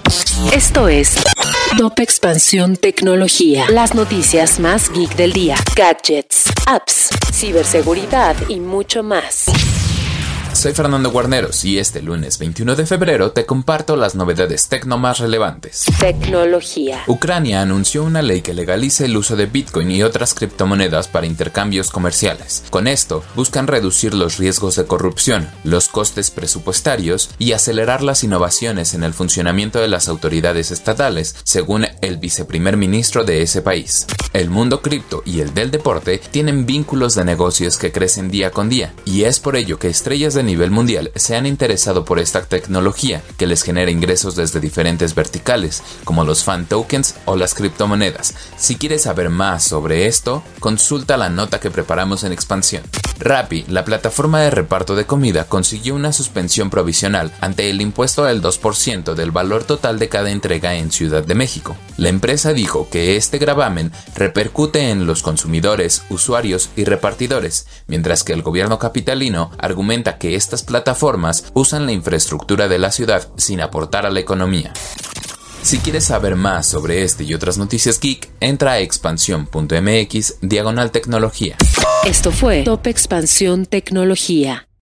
Esto es Top Expansión Tecnología. Las noticias más geek del día. Gadgets, apps, ciberseguridad y mucho más. Soy Fernando Guarneros y este lunes 21 de febrero te comparto las novedades tecno más relevantes. Tecnología. Ucrania anunció una ley que legaliza el uso de Bitcoin y otras criptomonedas para intercambios comerciales. Con esto, buscan reducir los riesgos de corrupción, los costes presupuestarios y acelerar las innovaciones en el funcionamiento de las autoridades estatales, según el viceprimer ministro de ese país. El mundo cripto y el del deporte tienen vínculos de negocios que crecen día con día, y es por ello que estrellas de nivel mundial se han interesado por esta tecnología que les genera ingresos desde diferentes verticales, como los fan tokens o las criptomonedas. Si quieres saber más sobre esto, consulta la nota que preparamos en Expansión. Rappi, la plataforma de reparto de comida, consiguió una suspensión provisional ante el impuesto del 2% del valor total de cada entrega en Ciudad de México. La empresa dijo que este gravamen repercute en los consumidores, usuarios y repartidores, mientras que el gobierno capitalino argumenta que estas plataformas usan la infraestructura de la ciudad sin aportar a la economía. Si quieres saber más sobre este y otras noticias geek, entra a expansión.mx/tecnología. Esto fue Top Expansión Tecnología.